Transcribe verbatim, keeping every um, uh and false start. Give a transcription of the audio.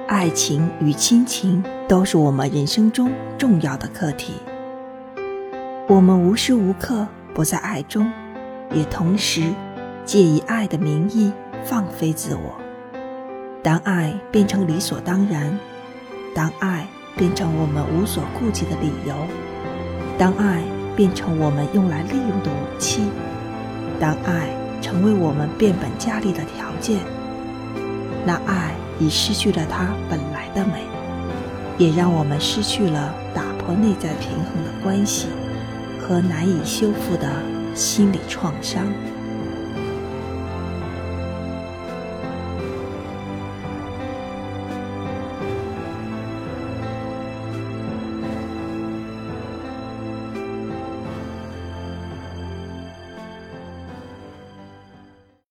爱情与亲情都是我们人生中重要的课题。我们无时无刻不在爱中，也同时借以爱的名义放飞自我。当爱变成理所当然，当爱变成我们无所顾忌的理由，当爱变成我们用来利用的武器，当爱成为我们变本加厉的条件，那爱已失去了它本来的美，也让我们失去了打破内在平衡的关系和难以修复的心理创伤。